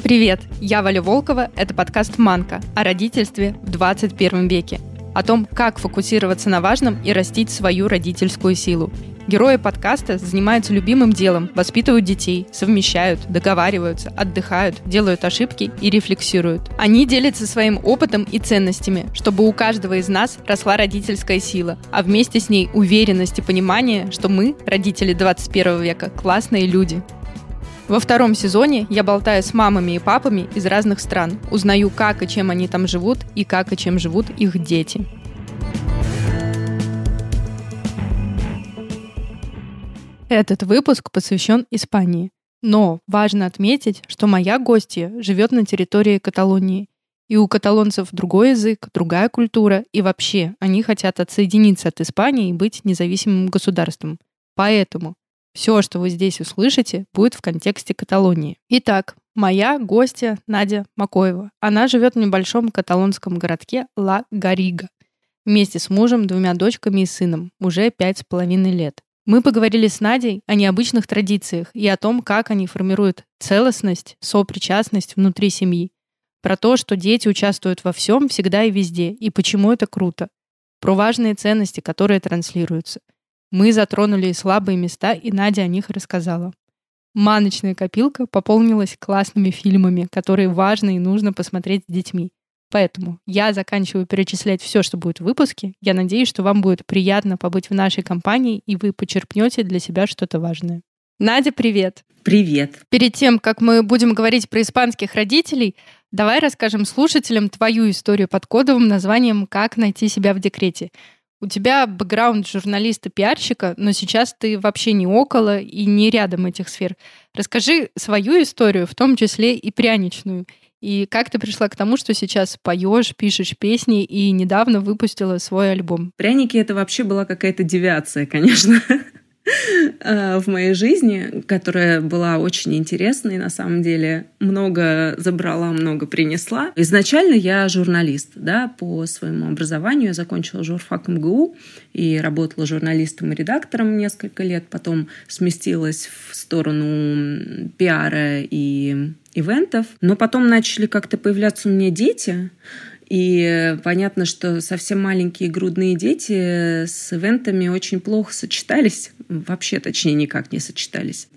Привет, я Валя Волкова, это подкаст «Манка» о родительстве в 21 веке, о том, как фокусироваться на важном и растить свою родительскую силу. Герои подкаста занимаются любимым делом, воспитывают детей, совмещают, договариваются, отдыхают, делают ошибки и рефлексируют. Они делятся своим опытом и ценностями, чтобы у каждого из нас росла родительская сила, а вместе с ней уверенность и понимание, что мы, родители 21 века, классные люди. Во втором сезоне я болтаю с мамами и папами из разных стран, узнаю, как и чем они там живут и как и чем живут их дети. Этот выпуск посвящен Испании. Но важно отметить, что моя гостья живет на территории Каталонии. И у каталонцев другой язык, другая культура, и вообще они хотят отсоединиться от Испании и быть независимым государством. Поэтому все, что вы здесь услышите, будет в контексте Каталонии. Итак, моя гостья Надя Макоева. Она живет в небольшом каталонском городке Ла-Гаррига вместе с мужем, 2 дочками и сыном, уже 5,5 лет. Мы поговорили с Надей о необычных традициях и о том, как они формируют целостность, сопричастность внутри семьи. Про то, что дети участвуют во всем, всегда и везде, и почему это круто. Про важные ценности, которые транслируются. Мы затронули и слабые места, и Надя о них рассказала. Маночная копилка пополнилась классными фильмами, которые важно и нужно посмотреть с детьми. Поэтому я заканчиваю перечислять все, что будет в выпуске. Я надеюсь, что вам будет приятно побыть в нашей компании, и вы почерпнете для себя что-то важное. Надя, привет! Привет! Перед тем, как мы будем говорить про испанских родителей, давай расскажем слушателям твою историю под кодовым названием «Как найти себя в декрете». У тебя бэкграунд журналиста-пиарщика, но сейчас ты вообще не около и не рядом этих сфер. Расскажи свою историю, в том числе и пряничную. И как ты пришла к тому, что сейчас поешь, пишешь песни и недавно выпустила свой альбом? Пряники — это вообще была какая-то девиация, конечно, в моей жизни, которая была очень интересной, на самом деле. Много забрала, много принесла. Изначально я журналист, да, по своему образованию. Я закончила журфак МГУ и работала журналистом и редактором несколько лет. Потом сместилась в сторону пиара и ивентов. Но потом начали как-то появляться у меня дети. И понятно, что совсем маленькие грудные дети с ивентами очень плохо сочетались. Вообще, точнее, никак не сочетались.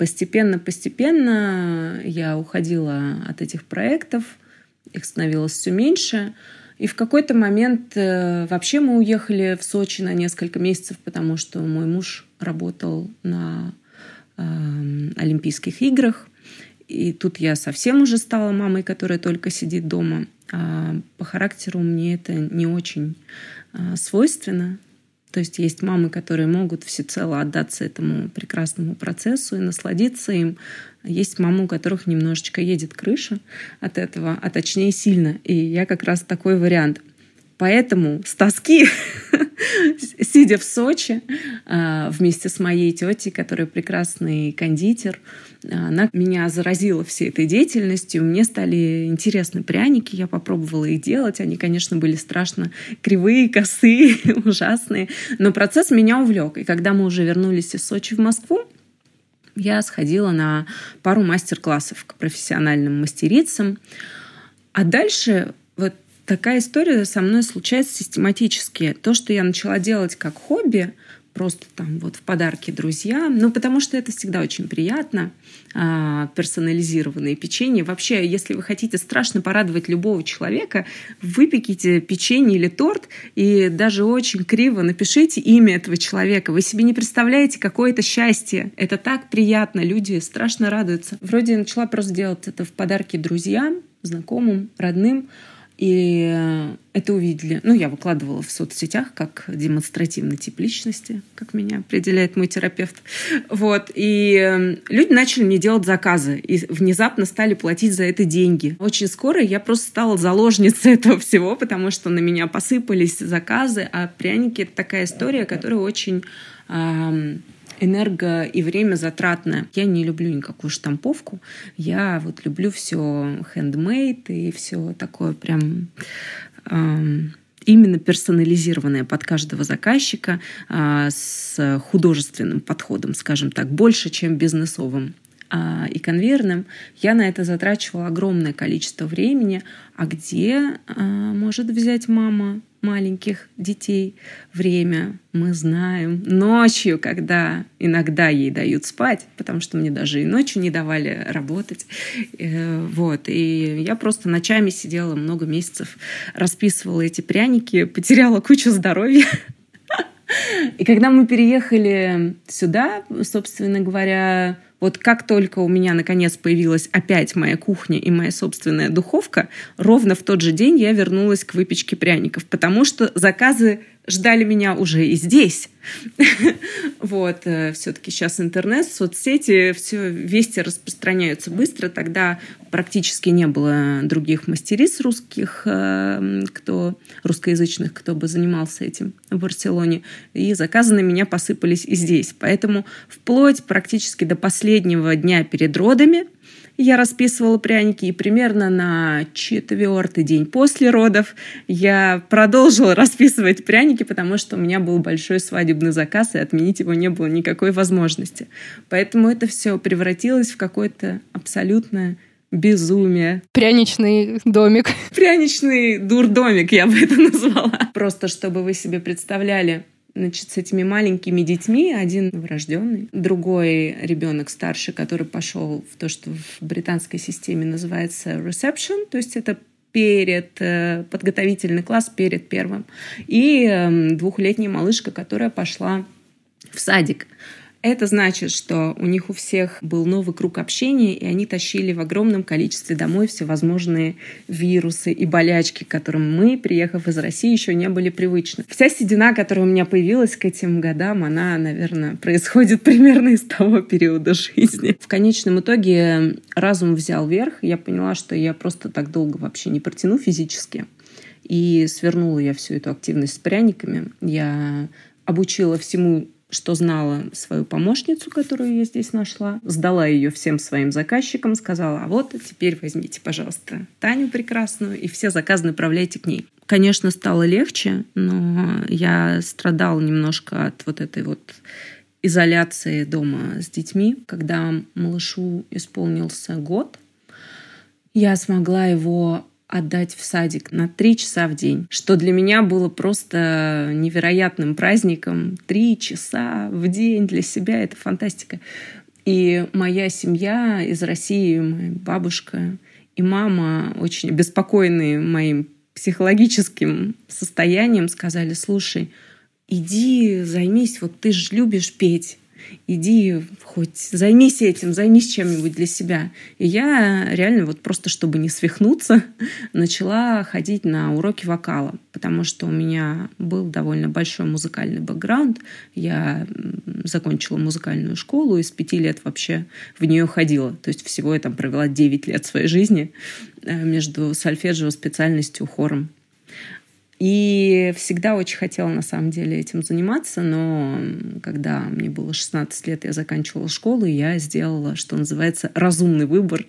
Постепенно я уходила от этих проектов. Их становилось все меньше. И в какой-то момент вообще мы уехали в Сочи на несколько месяцев, потому что мой муж работал на Олимпийских играх. И тут я совсем уже стала мамой, которая только сидит дома. А по характеру мне это не очень свойственно. То есть есть мамы, которые могут всецело отдаться этому прекрасному процессу и насладиться им. Есть мамы, у которых немножечко едет крыша от этого, а точнее сильно. И я как раз такой вариант. Поэтому с тоски, сидя в Сочи вместе с моей тетей, которая прекрасный кондитер, она меня заразила всей этой деятельностью. Мне стали интересны пряники, я попробовала их делать. Они, конечно, были страшно кривые, косые, ужасные. Но процесс меня увлек. И когда мы уже вернулись из Сочи в Москву, я сходила на пару мастер-классов к профессиональным мастерицам. А дальше вот такая история со мной случается систематически. То, что я начала делать как хобби, просто там вот в подарки друзьям, потому что это всегда очень приятно, персонализированные печенье. Вообще, если вы хотите страшно порадовать любого человека, выпеките печенье или торт и даже очень криво напишите имя этого человека. Вы себе не представляете, какое это счастье. Это так приятно, люди страшно радуются. Вроде я начала просто делать это в подарки друзьям, знакомым, родным. И это увидели. Я выкладывала в соцсетях как демонстративный тип личности, как меня определяет мой терапевт. Вот. И люди начали мне делать заказы и внезапно стали платить за это деньги. Очень скоро я просто стала заложницей этого всего, потому что на меня посыпались заказы, а пряники — это такая история, которая очень энерго и время затратное. Я не люблю никакую штамповку. Я вот люблю все handmade и все такое прям именно персонализированное под каждого заказчика с художественным подходом, скажем так, больше, чем бизнесовым. и конвейерным, я на это затрачивала огромное количество времени. А где может взять мама маленьких детей время? Мы знаем. Ночью, когда иногда ей дают спать, потому что мне даже и ночью не давали работать. Вот. И я просто ночами сидела много месяцев, расписывала эти пряники, потеряла кучу здоровья. И когда мы переехали сюда, собственно говоря, вот как только у меня наконец появилась опять моя кухня и моя собственная духовка, ровно в тот же день я вернулась к выпечке пряников, потому что заказы ждали меня уже и здесь. Вот. Все-таки сейчас интернет, соцсети, все вести распространяются быстро. Тогда практически не было других мастериц русскоязычных, кто бы занимался этим в Барселоне. И заказы на меня посыпались и здесь. Поэтому вплоть практически до последнего дня перед родами я расписывала пряники, и примерно на 4-й день после родов я продолжила расписывать пряники, потому что у меня был большой свадебный заказ, и отменить его не было никакой возможности. Поэтому это все превратилось в какое-то абсолютное безумие. Пряничный домик. Пряничный дурдомик, я бы это назвала. Просто чтобы вы себе представляли, значит, с этими маленькими детьми, один новорожденный, другой ребенок старший, который пошел в то, что в британской системе называется reception, то есть это подготовительный класс перед первым, и 2-летняя малышка, которая пошла в садик. Это значит, что у них у всех был новый круг общения, и они тащили в огромном количестве домой всевозможные вирусы и болячки, к которым мы, приехав из России, еще не были привычны. Вся седина, которая у меня появилась к этим годам, она, наверное, происходит примерно из того периода жизни. В конечном итоге разум взял верх, я поняла, что я просто так долго вообще не протяну физически. И свернула я всю эту активность с пряниками. Я обучила всему, что знала, свою помощницу, которую я здесь нашла, сдала ее всем своим заказчикам, сказала: а вот теперь возьмите, пожалуйста, Таню прекрасную и все заказы направляйте к ней. Конечно, стало легче, но я страдала немножко от вот этой вот изоляции дома с детьми. Когда малышу исполнился год, я смогла его отдать в садик на 3 часа в день, что для меня было просто невероятным праздником. 3 часа в день для себя — это фантастика. И моя семья из России, моя бабушка и мама, очень обеспокоенные моим психологическим состоянием, сказали: слушай, иди займись, вот ты же любишь петь, иди хоть займись этим, займись чем-нибудь для себя. И я реально вот просто, чтобы не свихнуться, начала ходить на уроки вокала, потому что у меня был довольно большой музыкальный бэкграунд. Я закончила музыкальную школу и с 5 лет вообще в нее ходила. То есть всего я там провела 9 лет своей жизни между сольфеджио, специальностью, хором. И всегда очень хотела, на самом деле, этим заниматься, но когда мне было 16 лет, я заканчивала школу, и я сделала, что называется, разумный выбор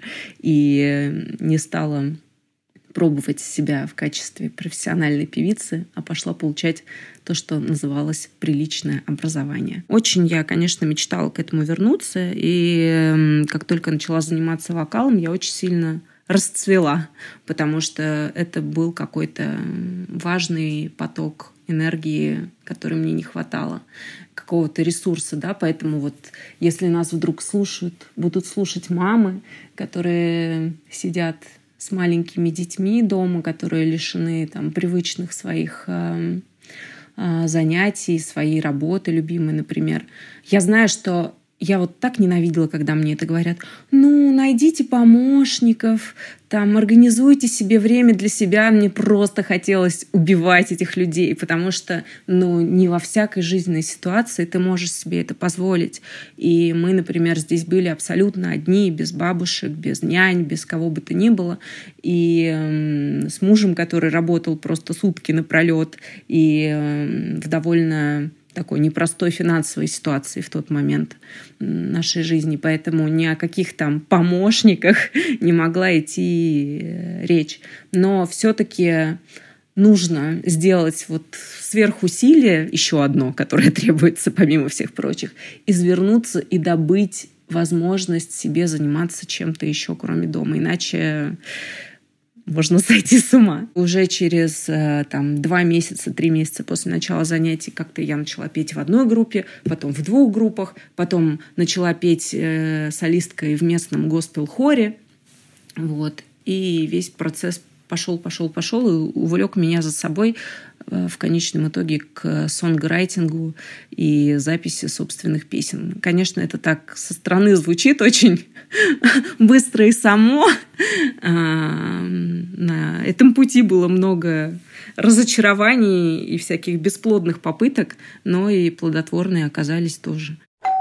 и не стала пробовать себя в качестве профессиональной певицы, а пошла получать то, что называлось приличное образование. Очень я, конечно, мечтала к этому вернуться, и как только начала заниматься вокалом, я очень сильно расцвела, потому что это был какой-то важный поток энергии, который мне не хватало, какого-то ресурса, да, поэтому вот если нас вдруг будут слушать мамы, которые сидят с маленькими детьми дома, которые лишены там привычных своих занятий, своей работы любимой, например. Я знаю, что я вот так ненавидела, когда мне это говорят: ну, найдите помощников, там, организуйте себе время для себя. Мне просто хотелось убивать этих людей, потому что, не во всякой жизненной ситуации ты можешь себе это позволить. И мы, например, здесь были абсолютно одни, без бабушек, без нянь, без кого бы то ни было. И с мужем, который работал просто сутки напролет, и в довольно такой непростой финансовой ситуации в тот момент нашей жизни. Поэтому ни о каких там помощниках не могла идти речь. Но все-таки нужно сделать вот сверхусилие, еще одно, которое требуется помимо всех прочих, извернуться и добыть возможность себе заниматься чем-то еще, кроме дома. Иначе можно сойти с ума. Уже через 2 месяца, 3 месяца после начала занятий как-то я начала петь в одной группе, потом в 2 группах, потом начала петь солисткой в местном госпел-хоре. Вот. И весь процесс пошел и увлек меня за собой в конечном итоге к сонграйтингу и записи собственных песен. Конечно, это так со стороны звучит очень быстро и само. На этом пути было много разочарований и всяких бесплодных попыток, но и плодотворные оказались тоже.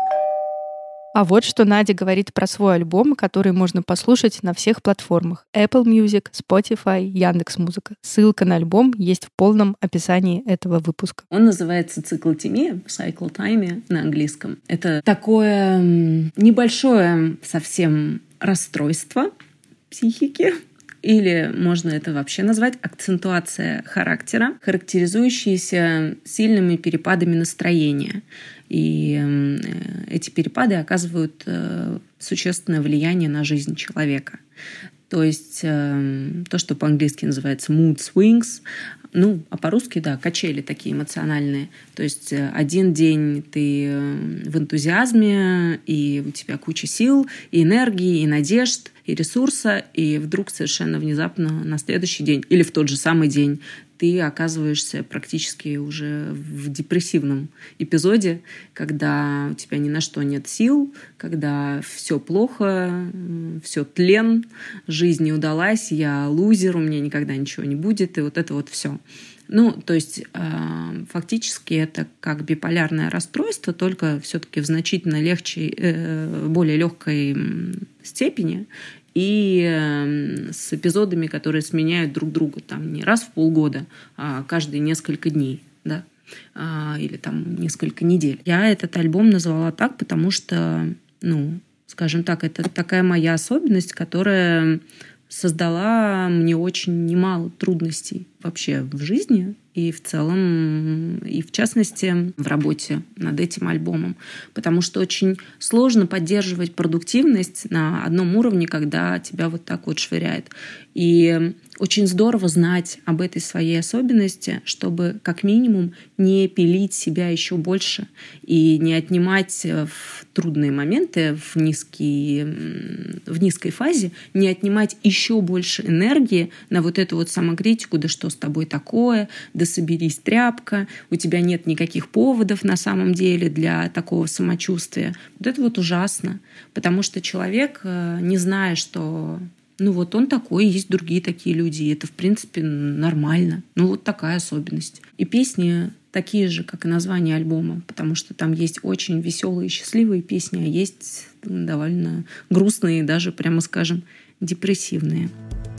А вот что Надя говорит про свой альбом, который можно послушать на всех платформах: Apple Music, Spotify, Яндекс.Музыка. Ссылка на альбом есть в полном описании этого выпуска. Он называется «Циклотемия», «Cyclotime» на английском. Это такое небольшое совсем расстройство психики, или можно это вообще назвать акцентуация характера, характеризующаяся сильными перепадами настроения. И эти перепады оказывают существенное влияние на жизнь человека. То есть то, что по-английски называется mood swings, а по-русски, да, качели такие эмоциональные. То есть один день ты в энтузиазме, и у тебя куча сил, и энергии, и надежд, и ресурса, и вдруг совершенно внезапно на следующий день или в тот же самый день ты оказываешься практически уже в депрессивном эпизоде, когда у тебя ни на что нет сил, когда все плохо, все тлен, жизнь не удалась, я лузер, у меня никогда ничего не будет, и вот это вот все. То есть фактически это как биполярное расстройство, только все-таки в значительно более легкой степени, и с эпизодами, которые сменяют друг друга не раз в полгода, а каждые несколько дней, да, или несколько недель. Я этот альбом назвала так, потому что, скажем так, это такая моя особенность, которая создала мне очень немало трудностей вообще в жизни и в целом, и в частности в работе над этим альбомом. Потому что очень сложно поддерживать продуктивность на одном уровне, когда тебя вот так вот швыряет. И очень здорово знать об этой своей особенности, чтобы как минимум не пилить себя еще больше и не отнимать в трудные моменты, в низкой фазе, не отнимать еще больше энергии на вот эту вот самокритику: да что с тобой такое, да соберись, тряпка, у тебя нет никаких поводов на самом деле для такого самочувствия. Вот это вот ужасно, потому что человек, не зная, что вот он такой, есть другие такие люди, и это, в принципе, нормально. Вот такая особенность. И песни такие же, как и название альбома, потому что там есть очень веселые и счастливые песни, а есть довольно грустные, даже, прямо скажем, депрессивные.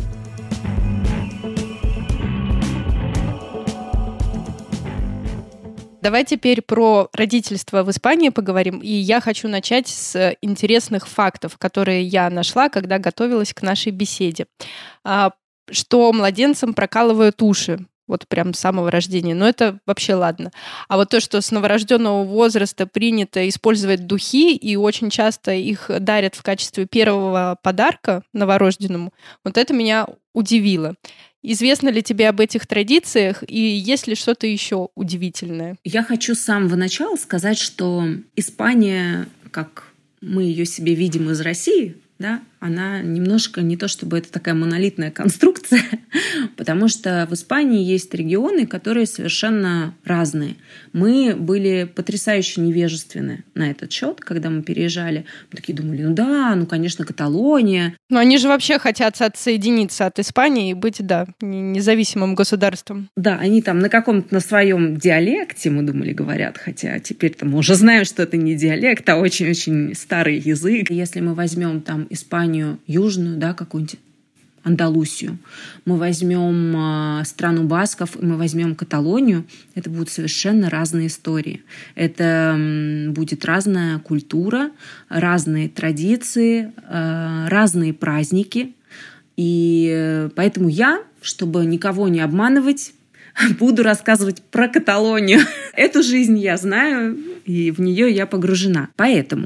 Давай теперь про родительство в Испании поговорим. И я хочу начать с интересных фактов, которые я нашла, когда готовилась к нашей беседе. Что младенцам прокалывают уши. Вот прям с самого рождения. Но это вообще ладно. А вот то, что с новорожденного возраста принято использовать духи, и очень часто их дарят в качестве первого подарка новорожденному, вот это меня удивило. Известно ли тебе об этих традициях, и есть ли что-то еще удивительное? Я хочу с самого начала сказать, что Испания, как мы ее себе видим из России, да, она немножко не то чтобы это такая монолитная конструкция, потому что в Испании есть регионы, которые совершенно разные. Мы были потрясающе невежественны на этот счет, когда мы переезжали. Мы такие думали, конечно, Каталония. Но они же вообще хотят отсоединиться от Испании и быть, независимым государством. Да, они на своем диалекте, мы думали, говорят, хотя теперь-то мы уже знаем, что это не диалект, а очень-очень старый язык. Если мы возьмем Испанию южную, да, какую-нибудь Андалусию, мы возьмем страну басков, мы возьмем Каталонию, это будут совершенно разные истории. Это будет разная культура, разные традиции, разные праздники. И поэтому я, чтобы никого не обманывать, буду рассказывать про Каталонию. Эту жизнь я знаю, и в нее я погружена. Поэтому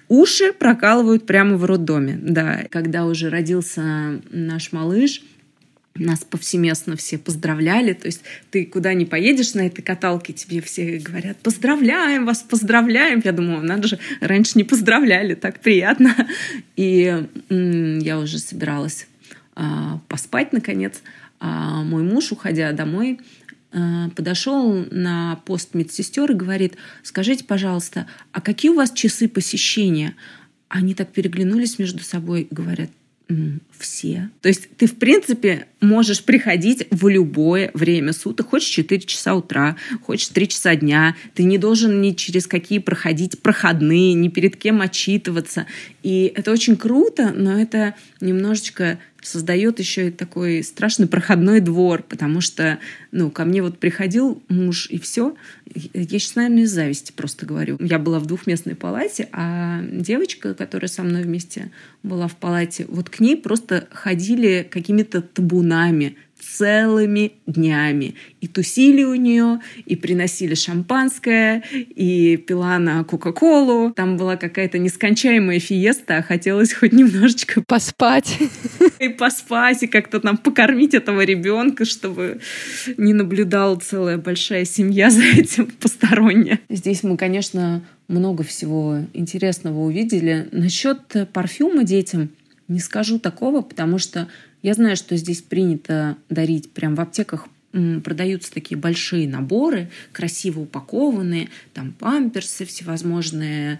Уши прокалывают прямо в роддоме. Да, когда уже родился наш малыш, нас повсеместно все поздравляли. То есть ты куда ни поедешь на этой каталке, тебе все говорят: поздравляем вас, поздравляем. Я думаю, надо же, раньше не поздравляли, так приятно. И я уже собиралась поспать, наконец. А мой муж, уходя домой, подошел на пост медсестер и говорит: скажите, пожалуйста, а какие у вас часы посещения? Они так переглянулись между собой и говорят: все. То есть ты, в принципе, можешь приходить в любое время суток. Хочешь 4 часа утра, хочешь 3 часа дня. Ты не должен ни через какие проходить проходные, ни перед кем отчитываться. И это очень круто, но это немножечко создает еще и такой страшный проходной двор, потому что, ко мне вот приходил муж, и все. Я сейчас, наверное, из зависти просто говорю. Я была в двухместной палате, а девочка, которая со мной вместе была в палате, вот к ней просто ходили какими-то табунами целыми днями. И тусили у нее, и приносили шампанское, и пила она кока-колу. Там была какая-то нескончаемая фиеста, а хотелось хоть немножечко поспать. И поспать, и как-то там покормить этого ребенка, чтобы не наблюдала целая большая семья за этим посторонняя. Здесь мы, конечно, много всего интересного увидели. Насчет парфюма детям не скажу такого, потому что я знаю, что здесь принято дарить прям в аптеках. Продаются такие большие наборы, красиво упакованные, там памперсы, всевозможные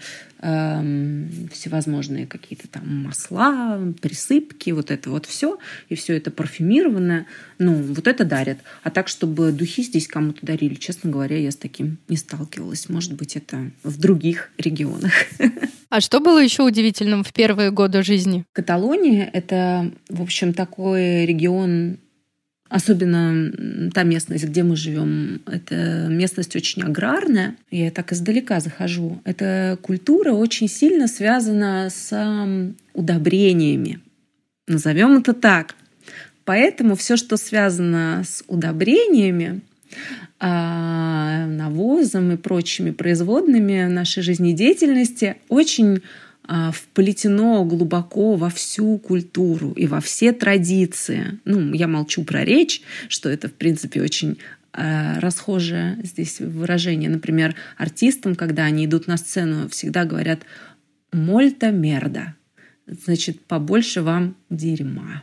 какие-то там масла, присыпки, вот это вот все, и все это парфюмированное. Вот это дарят. А так, чтобы духи здесь кому-то дарили, честно говоря, я с таким не сталкивалась. Может быть, это в других регионах. А что было еще удивительным в первые годы жизни? Каталония — это, в общем, такой регион. Особенно та местность, где мы живем, это местность очень аграрная. Я так издалека захожу. Эта культура очень сильно связана с удобрениями. Назовем это так. Поэтому все, что связано с удобрениями, навозом и прочими производными нашей жизнедеятельности, очень вплетено глубоко во всю культуру и во все традиции. Я молчу про речь, что это, в принципе, очень расхожее здесь выражение. Например, артистам, когда они идут на сцену, всегда говорят «мольта мерда». Значит, побольше вам дерьма.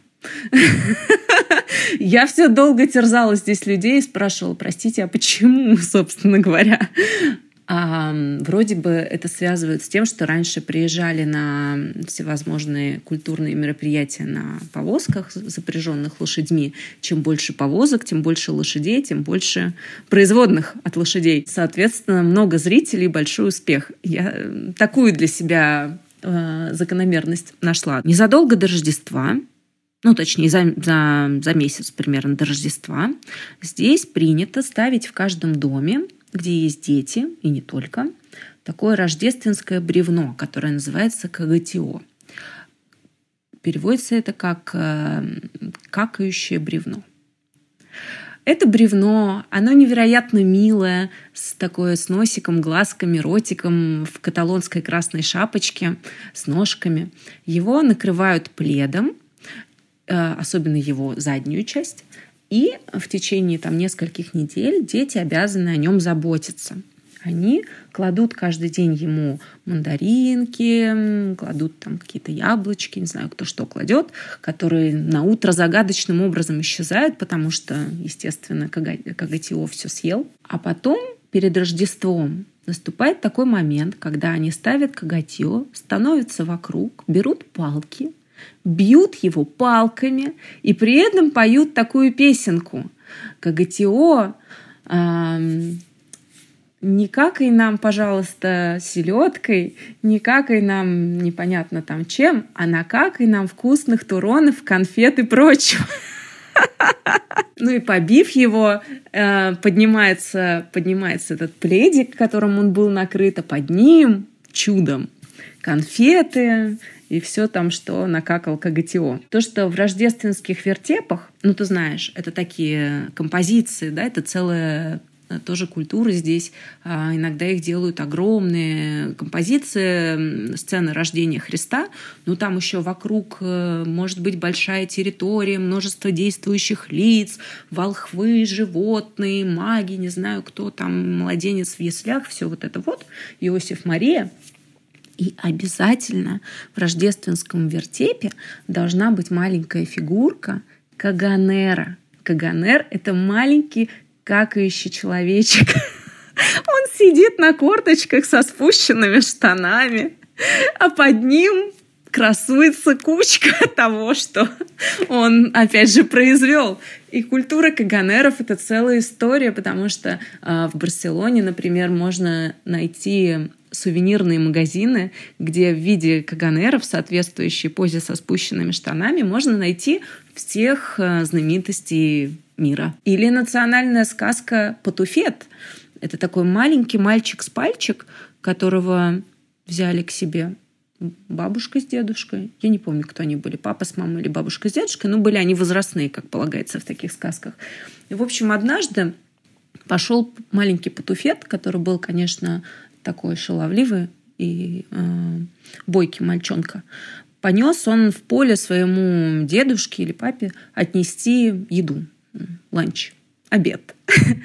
Я все долго терзала здесь людей и спрашивала: простите, а почему, собственно говоря? Вроде бы это связывают с тем, что раньше приезжали на всевозможные культурные мероприятия на повозках, запряженных лошадьми. Чем больше повозок, тем больше лошадей, тем больше производных от лошадей. Соответственно, много зрителей, большой успех. Я такую для себя закономерность нашла. Незадолго до Рождества, точнее, за месяц примерно до Рождества, здесь принято ставить в каждом доме, где есть дети, и не только, такое рождественское бревно, которое называется кагатио. Переводится это как какающее бревно. Это бревно, оно невероятно милое, с носиком, глазками, ротиком, в каталонской красной шапочке, с ножками. Его накрывают пледом, особенно его заднюю часть, и в течение нескольких недель дети обязаны о нем заботиться. Они кладут каждый день ему мандаринки, кладут какие-то яблочки, не знаю, кто что кладет, которые на утро загадочным образом исчезают, потому что, естественно, кагатио все съел. А потом, перед Рождеством, наступает такой момент, когда они ставят кагатио, становятся вокруг, берут палки, бьют его палками и при этом поют такую песенку: «Кагатио, не какай нам, пожалуйста, селедкой, не какай нам непонятно чем, а накакай нам вкусных туронов, конфет и прочего». И побив его, поднимается этот пледик, которым он был накрыт, а под ним чудом конфеты и все что накакал кагатио. То, что в рождественских вертепах, ты знаешь, это такие композиции, да, это целая тоже культуры здесь. Иногда их делают огромные композиции, сцены рождения Христа, но там еще вокруг может быть большая территория, множество действующих лиц, волхвы, животные, маги, не знаю кто там, младенец в яслях, все вот это вот, Иосиф, Мария. И обязательно в рождественском вертепе должна быть маленькая фигурка Каганера. Каганер — это маленький какающий человечек. Он сидит на корточках со спущенными штанами, а под ним красуется кучка того, что он, опять же, произвел. И культура каганеров — это целая история, потому что в Барселоне, например, можно найти сувенирные магазины, где в виде каганеров, соответствующей позе со спущенными штанами, можно найти всех знаменитостей мира. Или национальная сказка «Патуфет». Это такой маленький мальчик с пальчик, которого взяли к себе бабушка с дедушкой. Я не помню, кто они были, папа с мамой или бабушка с дедушкой, но были они возрастные, как полагается в таких сказках. И, в общем, однажды пошел маленький Патуфет, который был, конечно, такой шаловливый и бойкий мальчонка. Понес он в поле своему дедушке или папе отнести еду, ланч, обед.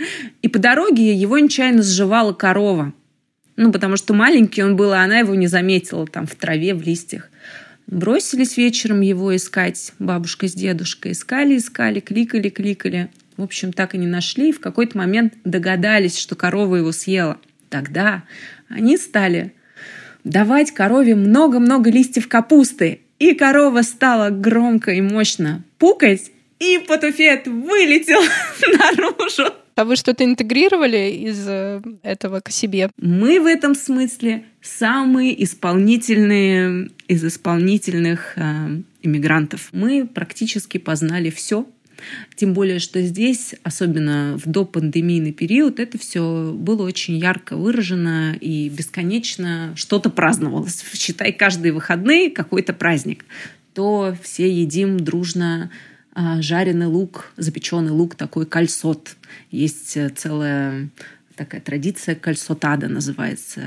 И по дороге его нечаянно сживала корова. Потому что маленький он был, а она его не заметила там в траве, в листьях. Бросились вечером его искать, бабушка с дедушкой. Искали, кликали. В общем, так и не нашли. И в какой-то момент догадались, что корова его съела. Тогда они стали давать корове много-много листьев капусты. И корова стала громко и мощно пукать, и Патуфет вылетел наружу. А вы что-то интегрировали из этого к себе? Мы в этом смысле самые исполнительные из исполнительных иммигрантов. Мы практически познали все. Тем более, что здесь, особенно в допандемийный период, это все было очень ярко выражено и бесконечно что-то праздновалось. Считай, каждые выходные какой-то праздник. То все едим дружно жареный лук, запеченный лук, такой кальсот. Есть целая такая традиция, кальсотада называется,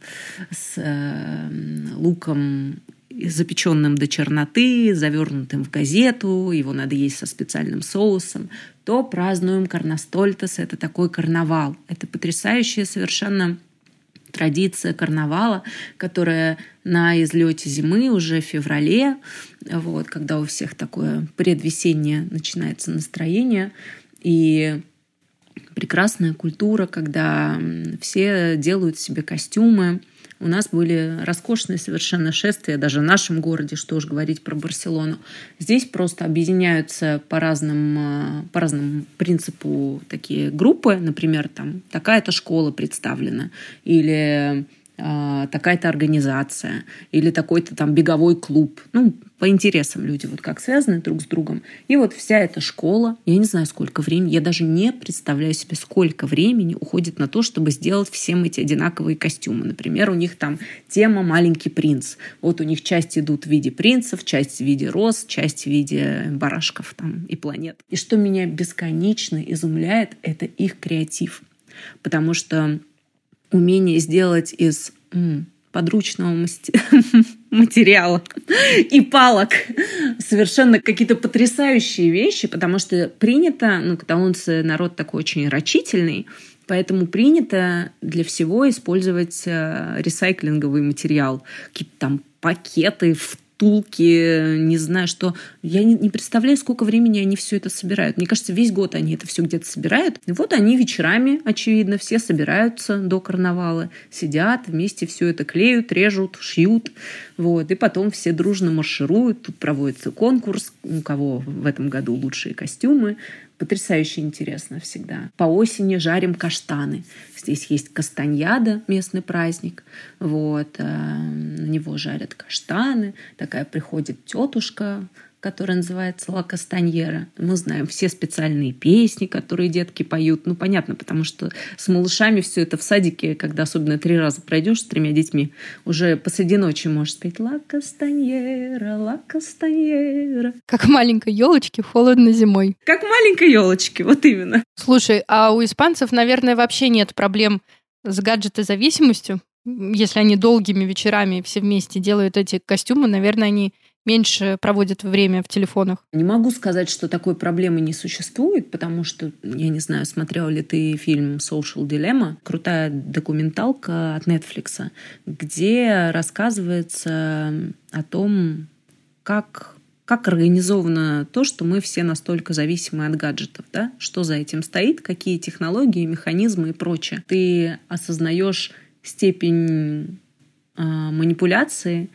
с луком, запеченным до черноты, завернутым в газету, его надо есть со специальным соусом, то празднуем Карнастольтес, это такой карнавал. Это потрясающая совершенно традиция карнавала, которая на излете зимы уже в феврале, вот, когда у всех такое предвесеннее начинается настроение, и прекрасная культура, когда все делают себе костюмы. У нас были роскошные совершенно шествия, даже в нашем городе, что уж говорить про Барселону. Здесь просто объединяются по разному принципу такие группы. Например, там такая-то школа представлена, или такая-то организация, или такой-то там беговой клуб. По интересам люди вот как связаны друг с другом. И вот вся эта школа, я не знаю, сколько времени, я даже не представляю себе, сколько времени уходит на то, чтобы сделать всем эти одинаковые костюмы. Например, у них там тема «Маленький принц». Вот у них часть идут в виде принцев, часть в виде роз, часть в виде барашков там и планет. И что меня бесконечно изумляет, это их креатив. Потому что умение сделать из подручного материала и палок совершенно какие-то потрясающие вещи, потому что принято, каталонцы народ такой очень рачительный, поэтому принято для всего использовать ресайклинговый материал, какие-то там пакеты, втулки, не знаю что. Я не представляю, сколько времени они все это собирают. Мне кажется, весь год они это все где-то собирают. И вот они вечерами, очевидно, все собираются до карнавала, сидят, вместе все это клеют, режут, шьют. Вот. И потом все дружно маршируют. Тут проводится конкурс, у кого в этом году лучшие костюмы. Потрясающе интересно всегда. По осени жарим каштаны. Здесь есть кастаньяда, местный праздник. Вот. На него жарят каштаны. Такая приходит тетушка которая называется «Ла Кастаньера». Мы знаем все специальные песни, которые детки поют. Ну, понятно, потому что с малышами все это в садике, когда особенно 3 раза пройдешь с 3 детьми, уже посреди ночи можешь спеть «Ла Кастаньера, ла Кастаньера». Как маленькой елочке холодно зимой. Как маленькой елочке, вот именно. Слушай, а у испанцев, наверное, вообще нет проблем с гаджетозависимостью. Если они долгими вечерами все вместе делают эти костюмы, наверное, они меньше проводят время в телефонах. Не могу сказать, что такой проблемы не существует, потому что, я не знаю, смотрела ли ты фильм «Social Dilemma», крутая документалка от Netflix, где рассказывается о том, как организовано то, что мы все настолько зависимы от гаджетов, да? Что за этим стоит, какие технологии, механизмы и прочее. Ты осознаешь степень манипуляции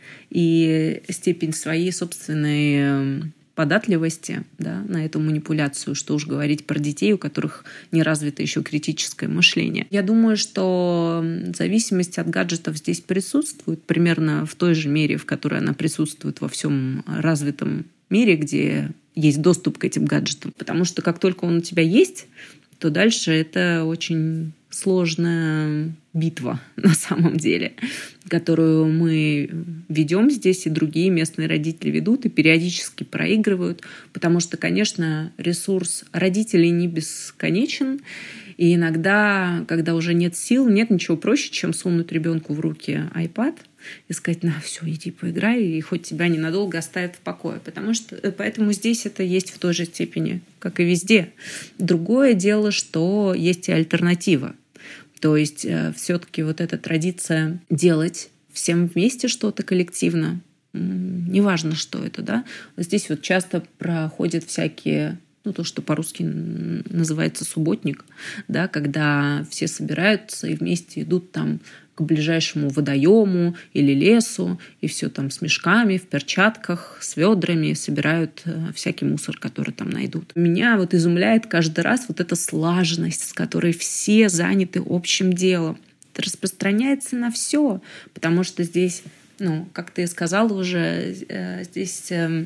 и степень своей собственной податливости, да, на эту манипуляцию, что уж говорить про детей, у которых не развито еще критическое мышление. Я думаю, что зависимость от гаджетов здесь присутствует примерно в той же мере, в которой она присутствует во всем развитом мире, где есть доступ к этим гаджетам. Потому что как только он у тебя есть, то дальше это очень сложная битва на самом деле, которую мы ведем здесь, и другие местные родители ведут, и периодически проигрывают, потому что, конечно, ресурс родителей не бесконечен, и иногда, когда уже нет сил, нет ничего проще, чем сунуть ребенку в руки iPad и сказать: на, все, иди поиграй, и хоть тебя ненадолго оставят в покое. Поэтому здесь это есть в той же степени, как и везде. Другое дело, что есть и альтернатива. То есть все-таки вот эта традиция делать всем вместе что-то коллективно, неважно, что это, да. Здесь вот часто проходят всякие, то, что по-русски называется субботник, да, когда все собираются и вместе идут там к ближайшему водоему или лесу, и все там с мешками, в перчатках, с ведрами собирают всякий мусор, который там найдут. Меня вот изумляет каждый раз вот эта слаженность, с которой все заняты общим делом. Это распространяется на все, потому что здесь, как ты сказала уже, здесь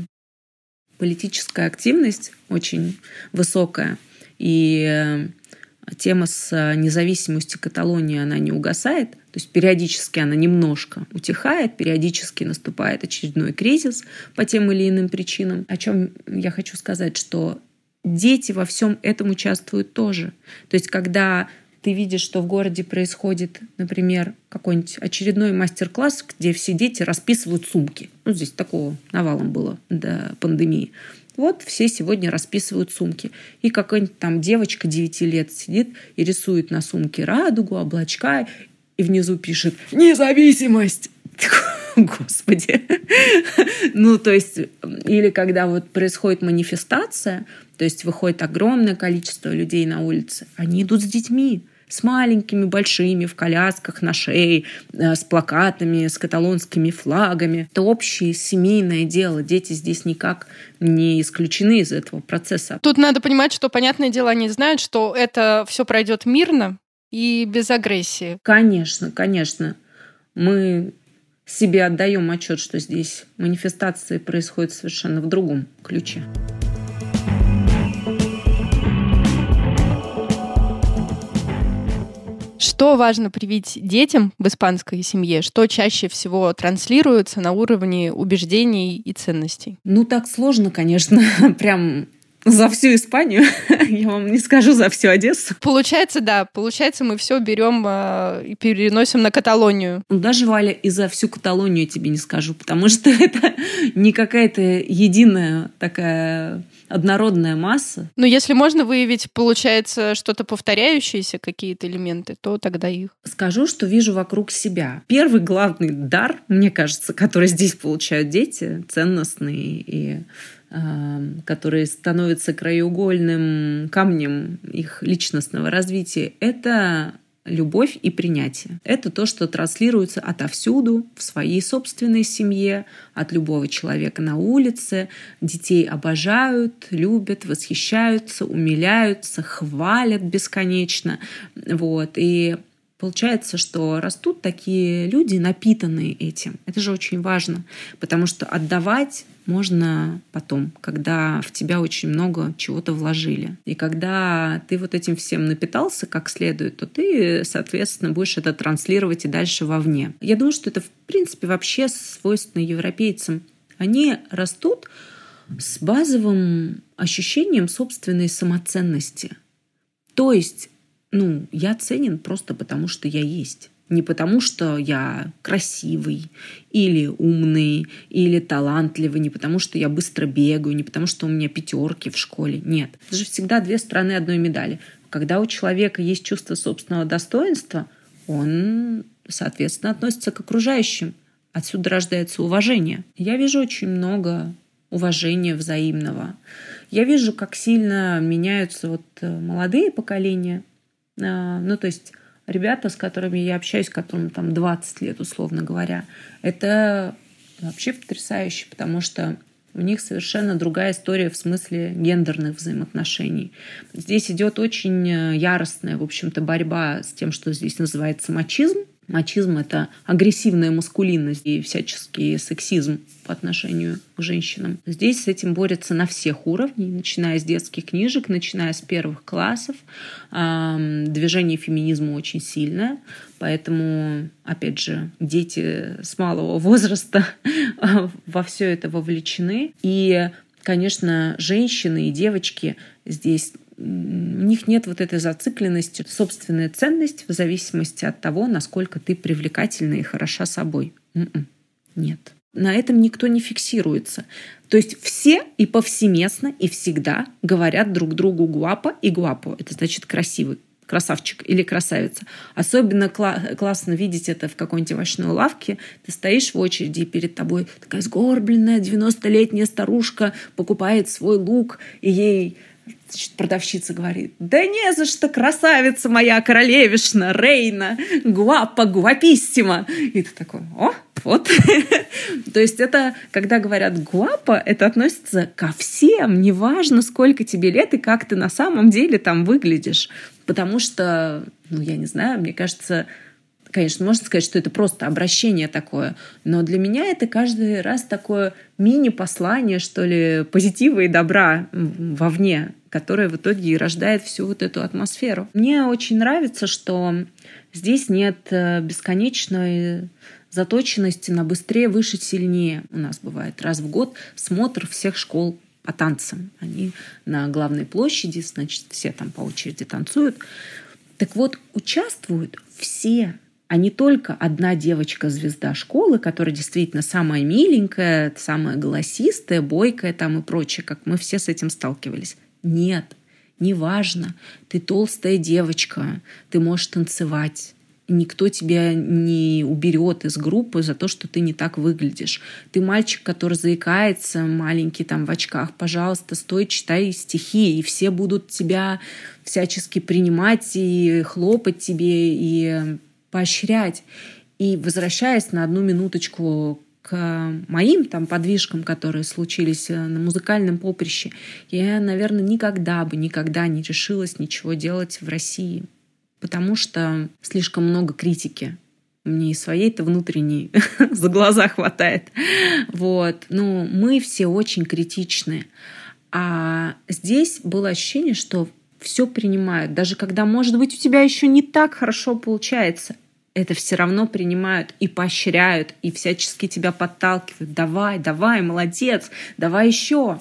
политическая активность очень высокая, и тема с независимостью Каталонии, она не угасает, то есть периодически она немножко утихает, периодически наступает очередной кризис по тем или иным причинам. О чем я хочу сказать, что дети во всем этом участвуют тоже. То есть когда ты видишь, что в городе происходит, например, какой-нибудь очередной мастер-класс, где все дети расписывают сумки. Здесь такого навалом было до пандемии. Вот все сегодня расписывают сумки. И какая-нибудь там девочка 9 лет сидит и рисует на сумке радугу, облачка, и внизу пишет «Независимость!». Господи. То есть, или когда вот происходит манифестация, то есть выходит огромное количество людей на улице, они идут с детьми, с маленькими, большими, в колясках, на шее, с плакатами, с каталонскими флагами. Это общее семейное дело. Дети здесь никак не исключены из этого процесса. Тут надо понимать, что, понятное дело, они знают, что это все пройдет мирно и без агрессии. Конечно, конечно. Мы себе отдаем отчет, что здесь манифестации происходят совершенно в другом ключе. Что важно привить детям в испанской семье? Что чаще всего транслируется на уровне убеждений и ценностей? Так сложно, конечно, прям за всю Испанию. Я вам не скажу за всю Одессу. Получается, да. Получается, мы все берем и переносим на Каталонию. Даже, Валя, и за всю Каталонию я тебе не скажу, потому что это не какая-то единая такая однородная масса. Но если можно выявить, получается, что-то повторяющееся, какие-то элементы, то тогда их. Скажу, что вижу вокруг себя. Первый главный дар, мне кажется, который здесь получают дети, ценностный и который становится краеугольным камнем их личностного развития, это любовь и принятие. Это то, что транслируется отовсюду, в своей собственной семье, от любого человека на улице. Детей обожают, любят, восхищаются, умиляются, хвалят бесконечно. И Получается, что растут такие люди, напитанные этим. Это же очень важно, потому что отдавать можно потом, когда в тебя очень много чего-то вложили. И когда ты вот этим всем напитался как следует, то ты, соответственно, будешь это транслировать и дальше вовне. Я думаю, что это, в принципе, вообще свойственно европейцам. Они растут с базовым ощущением собственной самоценности. То есть, я ценен просто потому, что я есть. Не потому, что я красивый, или умный, или талантливый, не потому, что я быстро бегаю, не потому, что у меня 5 в школе. Нет. Это же всегда две стороны одной медали. Когда у человека есть чувство собственного достоинства, он, соответственно, относится к окружающим. Отсюда рождается уважение. Я вижу очень много уважения взаимного. Я вижу, как сильно меняются молодые поколения. То есть ребята, с которыми я общаюсь, которым там 20 лет, условно говоря, это вообще потрясающе, потому что у них совершенно другая история в смысле гендерных взаимоотношений. Здесь идет очень яростная, в общем-то, борьба с тем, что здесь называется мачизм. Мачизм — это агрессивная маскулинность и всяческий сексизм по отношению к женщинам. Здесь с этим борются на всех уровнях, начиная с детских книжек, начиная с первых классов. Движение феминизма очень сильное, поэтому, опять же, дети с малого возраста во все это вовлечены. И, конечно, женщины и девочки здесь, у них нет вот этой зацикленности, собственная ценность в зависимости от того, насколько ты привлекательна и хороша собой. Нет. На этом никто не фиксируется. То есть все и повсеместно, и всегда говорят друг другу гуапо и гуапо. Это значит красивый, красавчик или красавица. Особенно классно видеть это в какой-нибудь овощной лавке. Ты стоишь в очереди, и перед тобой такая сгорбленная 90-летняя старушка покупает свой лук, и ей продавщица говорит: да не за что, красавица моя королевишна, Рейна, гуапа, гуаписсима. И ты такой: о, вот. То есть это, когда говорят гуапа, это относится ко всем, неважно, сколько тебе лет и как ты на самом деле там выглядишь. Потому что, я не знаю, мне кажется, конечно, можно сказать, что это просто обращение такое, но для меня это каждый раз такое мини-послание, что ли, позитива и добра вовне, которое в итоге и рождает всю вот эту атмосферу. Мне очень нравится, что здесь нет бесконечной заточенности на быстрее, выше, сильнее. У нас бывает раз в год смотр всех школ по танцам. Они на главной площади, значит, все там по очереди танцуют. Так вот, участвуют все, а не только одна девочка-звезда школы, которая действительно самая миленькая, самая голосистая, бойкая там и прочее, как мы все с этим сталкивались. Нет, неважно. Ты толстая девочка, ты можешь танцевать. Никто тебя не уберет из группы за то, что ты не так выглядишь. Ты мальчик, который заикается, маленький там в очках, пожалуйста, стой, читай стихи, и все будут тебя всячески принимать и хлопать тебе, и поощрять. И возвращаясь на одну минуточку к моим там подвижкам, которые случились на музыкальном поприще, я, наверное, никогда не решилась ничего делать в России, потому что слишком много критики. Мне и своей-то внутренней за глаза хватает. Но мы все очень критичны. А здесь было ощущение, что все принимают. Даже когда, может быть, у тебя еще не так хорошо получается, это все равно принимают и поощряют, и всячески тебя подталкивают. Давай, молодец, давай еще.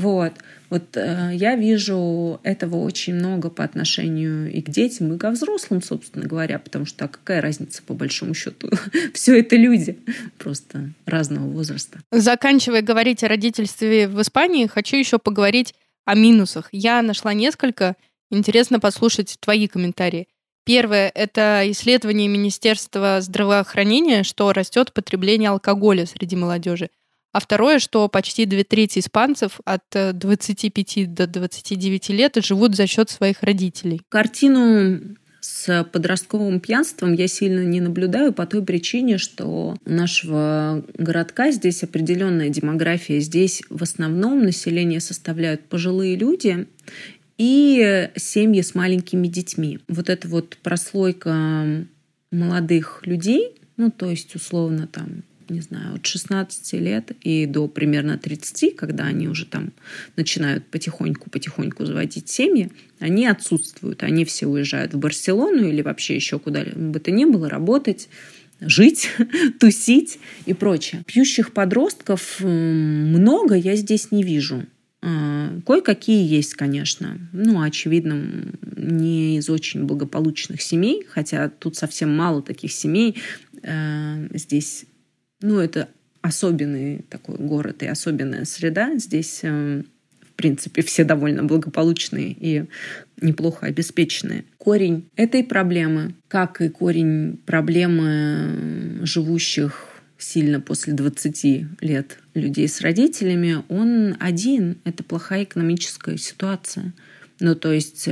Я вижу этого очень много по отношению и к детям, и ко взрослым, собственно говоря, потому что какая разница, по большому счету? Все это люди, просто разного возраста. Заканчивая говорить о родительстве в Испании, хочу еще поговорить о минусах. Я нашла несколько. Интересно послушать твои комментарии. Первое — это исследование Министерства здравоохранения, что растет потребление алкоголя среди молодежи. А второе, что почти 2/3 испанцев от 25 до 29 лет живут за счет своих родителей. Картину с подростковым пьянством я сильно не наблюдаю по той причине, что у нашего городка здесь определенная демография. Здесь в основном население составляют пожилые люди и семьи с маленькими детьми. Вот эта прослойка молодых людей, то есть условно там, не знаю, от 16 лет и до примерно 30, когда они уже там начинают потихоньку заводить семьи, они отсутствуют. Они все уезжают в Барселону или вообще еще куда бы то ни было работать, жить, тусить и прочее. Пьющих подростков много я здесь не вижу. Кое-какие есть, конечно. Очевидно, не из очень благополучных семей, хотя тут совсем мало таких семей. Здесь, это особенный такой город и особенная среда. Здесь, в принципе, все довольно благополучные и неплохо обеспеченные. Корень этой проблемы, как и корень проблемы живущих сильно после 20 лет людей с родителями, он один. Это плохая экономическая ситуация. То есть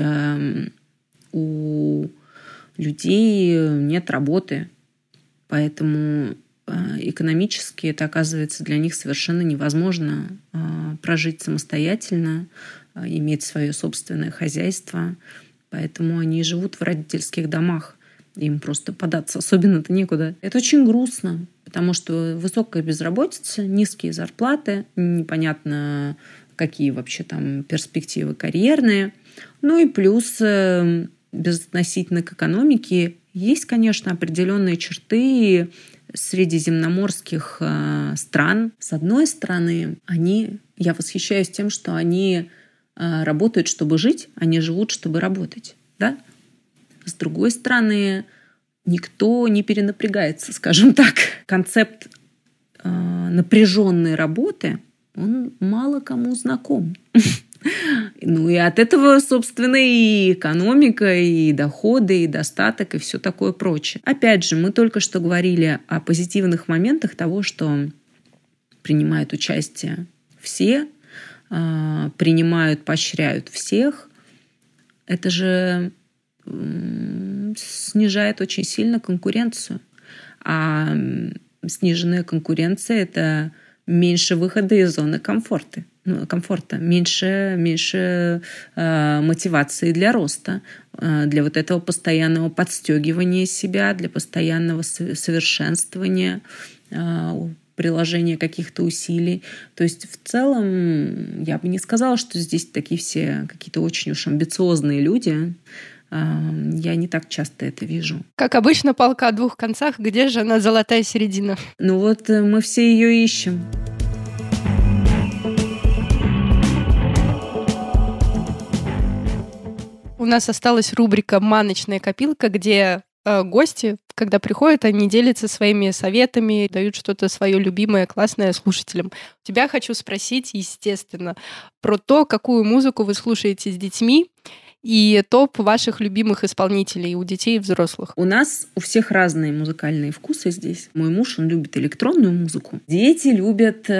у людей нет работы, поэтому экономически это оказывается для них совершенно невозможно прожить самостоятельно, иметь свое собственное хозяйство. Поэтому они живут в родительских домах. Им просто податься особенно-то некуда. Это очень грустно, потому что высокая безработица, низкие зарплаты, непонятно, какие вообще там перспективы карьерные. И плюс безотносительно к экономике есть, конечно, определенные черты средиземноморских стран. С одной стороны, я восхищаюсь тем, что они работают, чтобы жить, они живут, чтобы работать. Да? С другой стороны, никто не перенапрягается, скажем так. Концепт напряженной работы, он мало кому знаком. И от этого, собственно, и экономика, и доходы, и достаток, и все такое прочее. Опять же, мы только что говорили о позитивных моментах того, что принимают участие все, принимают, поощряют всех. Это же снижает очень сильно конкуренцию. А сниженная конкуренция – это меньше выхода из зоны комфорта, меньше мотивации для роста, для вот этого постоянного подстегивания себя, для постоянного совершенствования, приложения каких-то усилий. То есть в целом я бы не сказала, что здесь такие все какие-то очень уж амбициозные люди. Я не так часто это вижу. Как обычно, палка о двух концах. Где же она, золотая середина? Мы все ее ищем. У нас осталась рубрика «Маночная копилка», где гости, когда приходят, они делятся своими советами, дают что-то свое любимое, классное слушателям. У тебя хочу спросить, естественно, про то, какую музыку вы слушаете с детьми, и топ ваших любимых исполнителей у детей и взрослых. У нас у всех разные музыкальные вкусы здесь. Мой муж, он любит электронную музыку. Дети любят,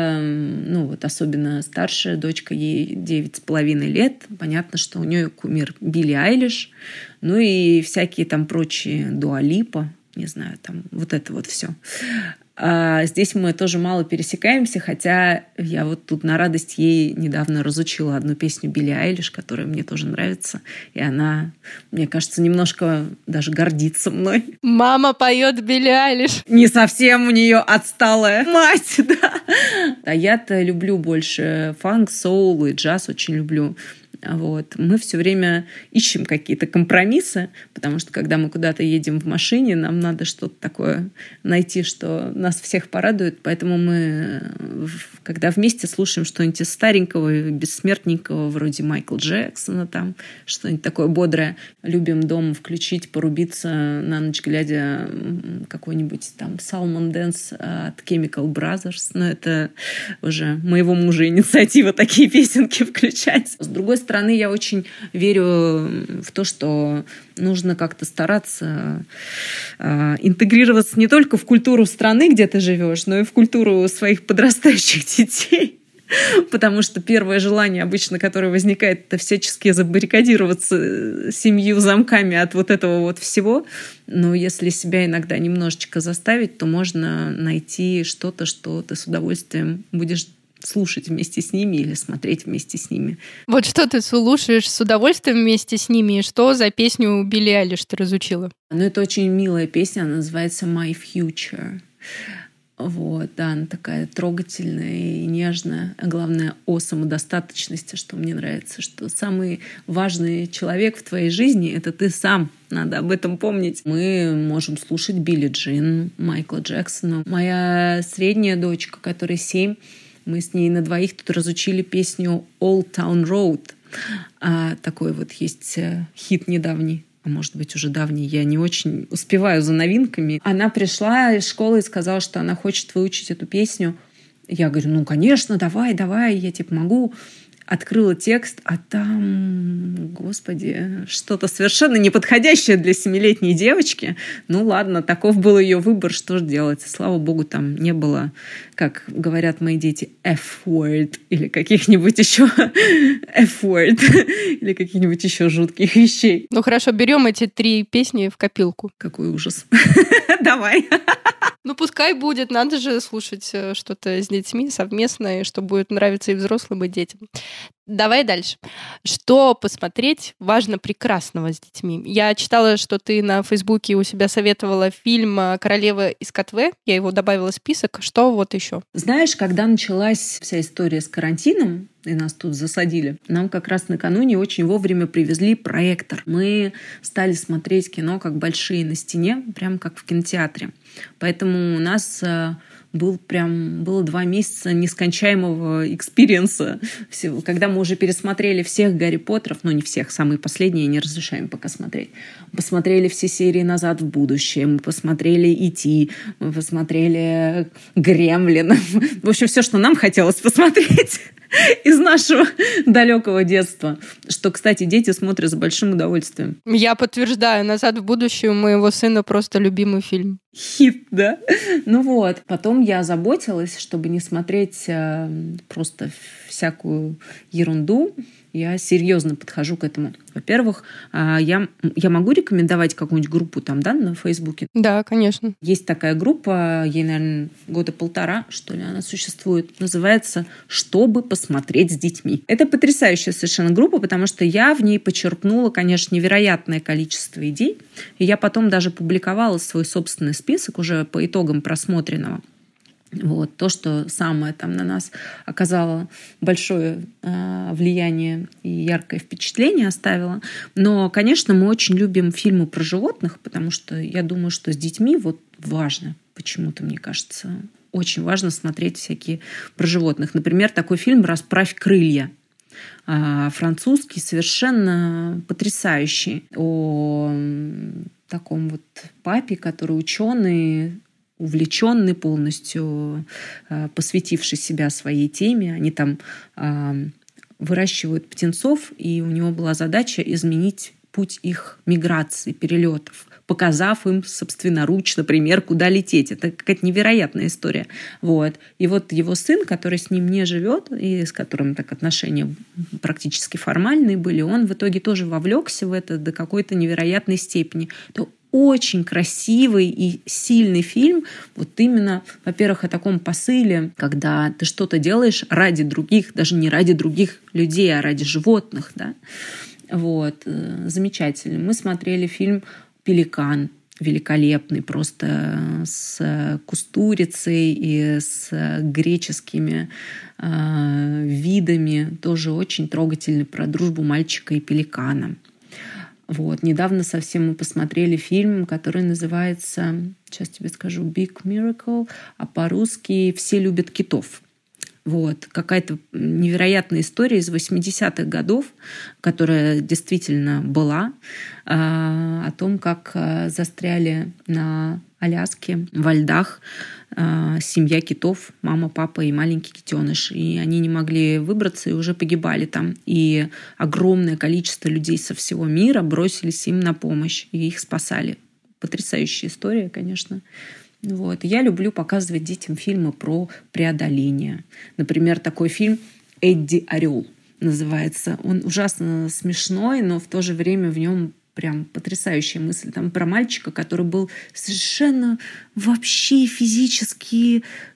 особенно старшая дочка, ей 9,5 лет. Понятно, что у нее кумир Билли Айлиш, и всякие там прочие Дуа Липа, не знаю, там вот это вот все. Здесь мы тоже мало пересекаемся, хотя я вот тут на радость ей недавно разучила одну песню Билли Айлиш, которая мне тоже нравится. И она, мне кажется, немножко даже гордится мной. Мама поет Билли Айлиш. Не совсем у нее отсталая мать, да. А я-то люблю больше фанк, соул и джаз очень люблю. Мы все время ищем какие-то компромиссы, потому что когда мы куда-то едем в машине, нам надо что-то такое найти, что нас всех порадует. Поэтому мы, когда вместе слушаем что-нибудь из старенького, бессмертненького, вроде Майкла Джексона, там что-нибудь такое бодрое, любим дома включить, порубиться на ночь глядя какой-нибудь там Salmon Dance от Chemical Brothers. Но это уже моего мужа инициатива такие песенки включать. С другой стороны, я очень верю в то, что нужно как-то стараться интегрироваться не только в культуру страны, где ты живешь, но и в культуру своих подрастающих детей. Потому что первое желание обычно, которое возникает, это всячески забаррикадироваться 7 замками от вот этого вот всего. Но если себя иногда немножечко заставить, то можно найти что-то, что ты с удовольствием будешь слушать вместе с ними или смотреть вместе с ними. Вот что ты слушаешь с удовольствием вместе с ними, и что за песню Билли Айлиш ты разучила? Ну, это очень милая песня, она называется «My Future». Вот, да, она такая трогательная и нежная, а главное, о самодостаточности, что мне нравится, что самый важный человек в твоей жизни — это ты сам. Надо об этом помнить. Мы можем слушать Билли Джин, Майкла Джексона. Моя средняя дочка, которой 7, мы с ней на двоих тут разучили песню «Old Town Road». Такой вот есть хит недавний. А может быть, уже давний, я не очень успеваю за новинками. Она пришла из школы и сказала, что она хочет выучить эту песню. Я говорю, ну, конечно, давай, я могу. Открыла текст, а там, господи, что-то совершенно неподходящее для 7-летней девочки. Ну ладно, таков был ее выбор, что же делать. Слава богу, там не было, как говорят мои дети, F-word или каких-нибудь еще F-word или каких-нибудь еще жутких вещей. Ну хорошо, берем эти 3 песни в копилку. Какой ужас. Давай. Ну, пускай будет. Надо же слушать что-то с детьми совместное, что будет нравиться и взрослым, и детям. Давай дальше. Что посмотреть важно прекрасного с детьми? Я читала, что ты на Фейсбуке у себя советовала фильм «Королева из Катве». Я его добавила в список. Что вот еще? Знаешь, когда началась вся история с карантином, и нас тут засадили, нам как раз накануне очень вовремя привезли проектор. Мы стали смотреть кино как большие на стене, прям как в кинотеатре. Поэтому у нас было 2 месяца нескончаемого экспириенса. Когда мы уже пересмотрели всех Гарри Поттеров, ну не всех, самые последние не разрешаем пока смотреть. Посмотрели все серии «Назад в будущее», мы посмотрели «И.Ти», мы посмотрели «Гремлин». В общем, все, что нам хотелось посмотреть из нашего далекого детства. Что, кстати, дети смотрят с большим удовольствием. Я подтверждаю, «Назад в будущее» у моего сына просто любимый фильм. Хит, да? Ну вот. Потом я заботилась, чтобы не смотреть просто всякую ерунду. Я серьезно подхожу к этому. Во-первых, я могу рекомендовать какую-нибудь группу там, да, на Фейсбуке? Да, конечно. Есть такая группа, ей, наверное, 1.5 года, что ли, она существует. Называется «Чтобы посмотреть с детьми». Это потрясающая совершенно группа, потому что я в ней почерпнула, конечно, невероятное количество идей. И я потом даже публиковала свой собственный список уже по итогам просмотренного. Вот, то, что самое там на нас оказало большое влияние и яркое впечатление оставило. Но, конечно, мы очень любим фильмы про животных, потому что я думаю, что с детьми вот важно, почему-то, мне кажется, очень важно смотреть всякие про животных. Например, такой фильм «Расправь крылья». Французский, совершенно потрясающий, о таком вот папе, который ученый, увлеченный полностью, посвятивший себя своей теме. Они там выращивают птенцов, и у него была задача изменить путь их миграции, перелетов, показав им собственноручно пример, куда лететь. Это какая-то невероятная история. Вот. И вот его сын, который с ним не живет, и с которым так отношения практически формальные были, он в итоге тоже вовлекся в это до какой-то невероятной степени. Это очень красивый и сильный фильм. Вот именно, во-первых, о таком посыле, когда ты что-то делаешь ради других, даже не ради других людей, а ради животных. Да? Вот. Замечательно. Мы смотрели фильм «Пеликан». Великолепный, просто с Кустурицей и с греческими видами. Тоже очень трогательный, про дружбу мальчика и пеликана. Вот. Недавно совсем мы посмотрели фильм, который называется, сейчас тебе скажу, «Big Miracle», а по-русски «Все любят китов». Вот. Какая-то невероятная история из 80-х годов, которая действительно была, о том, как застряли на Аляске во льдах семья китов, мама, папа и маленький китеныш. И они не могли выбраться и уже погибали там. И огромное количество людей со всего мира бросились им на помощь и их спасали. Потрясающая история, конечно. Вот. Я люблю показывать детям фильмы про преодоление. Например, такой фильм «Эдди Орел» называется. Он ужасно смешной, но в то же время в нем прям потрясающая мысль. Там про мальчика, который был совершенно вообще физически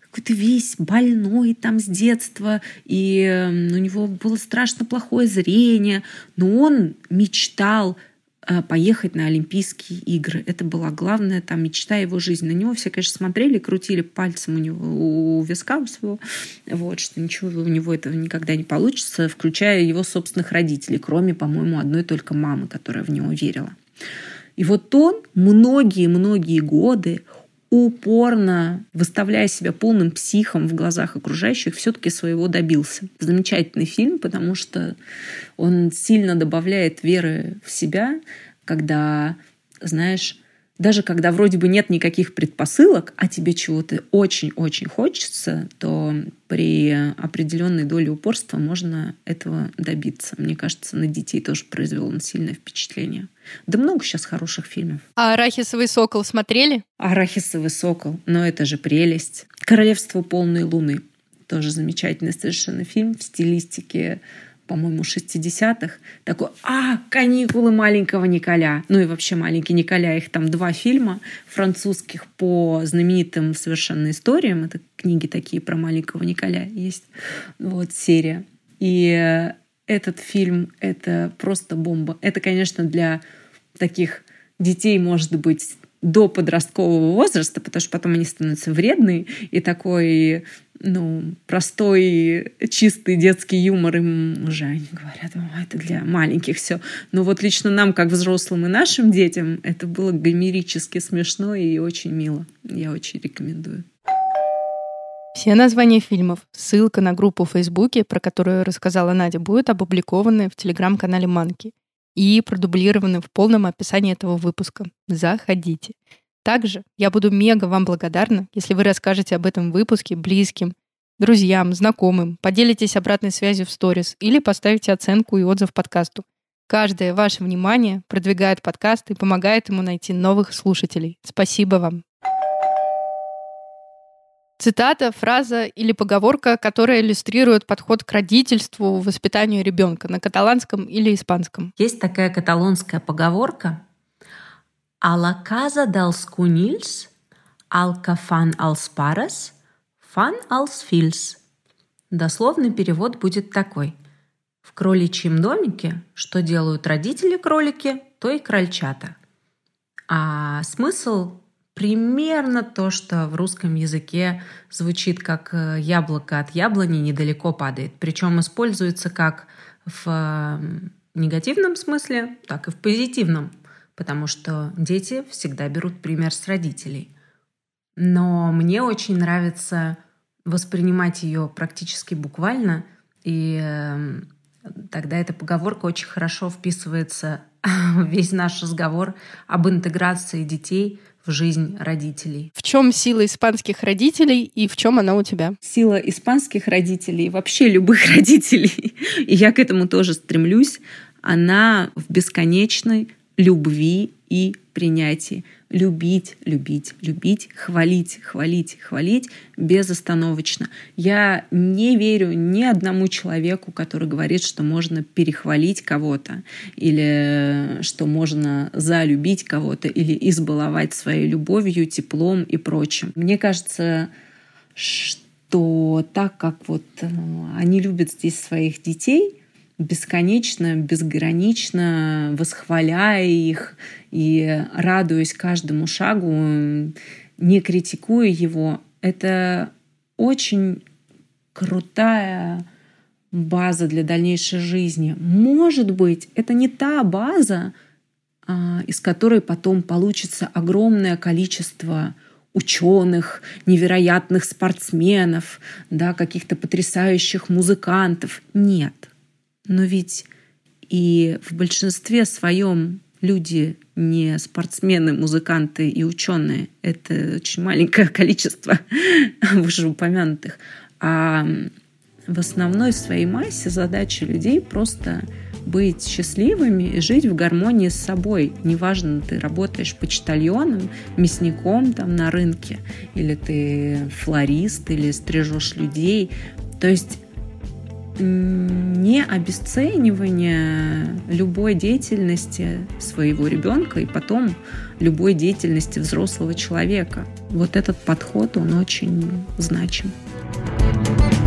какой-то весь больной там с детства, и у него было страшно плохое зрение, но он мечтал поехать на Олимпийские игры. Это была главная там мечта его жизни. На него все, конечно, смотрели, крутили пальцем у виска у своего, что ничего у него этого никогда не получится, включая его собственных родителей, кроме, по-моему, одной только мамы, которая в него верила. И вот он многие-многие годы упорно, выставляя себя полным психом в глазах окружающих, все-таки своего добился. Замечательный фильм, потому что он сильно добавляет веры в себя, когда, знаешь, даже когда вроде бы нет никаких предпосылок, а тебе чего-то очень-очень хочется, то при определенной доле упорства можно этого добиться. Мне кажется, на детей тоже произвел он сильное впечатление. Да много сейчас хороших фильмов. А «Арахисовый сокол» смотрели? «Арахисовый сокол», но это же прелесть. «Королевство полной луны». Тоже замечательный совершенно фильм в стилистике, по-моему, 60-х. Такой, «Каникулы маленького Николя». Ну и вообще «Маленький Николя». Их там 2 фильма французских по знаменитым совершенно историям. Это книги такие про маленького Николя есть. Серия. И этот фильм — это просто бомба. Это, конечно, для таких детей, может быть, до подросткового возраста, потому что потом они становятся вредные, и такой, простой, чистый детский юмор им уже они говорят, это для маленьких все. Но вот лично нам, как взрослым и нашим детям, это было гомерически смешно и очень мило. Я очень рекомендую. Все названия фильмов, ссылка на группу в Фейсбуке, про которую рассказала Надя, будут опубликованы в телеграм-канале Манки и продублированы в полном описании этого выпуска. Заходите. Также я буду мега вам благодарна, если вы расскажете об этом выпуске близким, друзьям, знакомым, поделитесь обратной связью в сторис или поставите оценку и отзыв подкасту. Каждое ваше внимание продвигает подкаст и помогает ему найти новых слушателей. Спасибо вам. Цитата, фраза или поговорка, которая иллюстрирует подход к родительству, воспитанию ребенка на каталанском или испанском. Есть такая каталонская поговорка: «A la casa dels conills, al que fan els pares, fan els fills». Дословный перевод будет такой: в кроличьем домике, что делают родители-кролики, то и крольчата. А смысл примерно то, что в русском языке звучит как «яблоко от яблони недалеко падает». Причем используется как в негативном смысле, так и в позитивном, потому что дети всегда берут пример с родителей. Но мне очень нравится воспринимать ее практически буквально, и тогда эта поговорка очень хорошо вписывается в весь наш разговор об интеграции детей в жизнь родителей. В чем сила испанских родителей и в чем она у тебя? Сила испанских родителей, вообще любых родителей, и я к этому тоже стремлюсь, она в бесконечной любви и принятии. Любить, любить, любить, хвалить, хвалить, хвалить безостановочно. Я не верю ни одному человеку, который говорит, что можно перехвалить кого-то, или что можно залюбить кого-то, или избаловать своей любовью, теплом и прочим. Мне кажется, что так как они любят здесь своих детей, бесконечно, безгранично восхваляя их и радуясь каждому шагу, не критикуя его, это очень крутая база для дальнейшей жизни. Может быть, это не та база, из которой потом получится огромное количество ученых, невероятных спортсменов, каких-то потрясающих музыкантов. Нет. Но ведь и в большинстве своем люди не спортсмены, музыканты и ученые. Это очень маленькое количество вышеупомянутых. А в основной своей массе задача людей просто быть счастливыми и жить в гармонии с собой. Неважно, ты работаешь почтальоном, мясником на рынке, или ты флорист, или стрижешь людей. То есть не обесценивание любой деятельности своего ребенка и потом любой деятельности взрослого человека. Вот этот подход, он очень значим.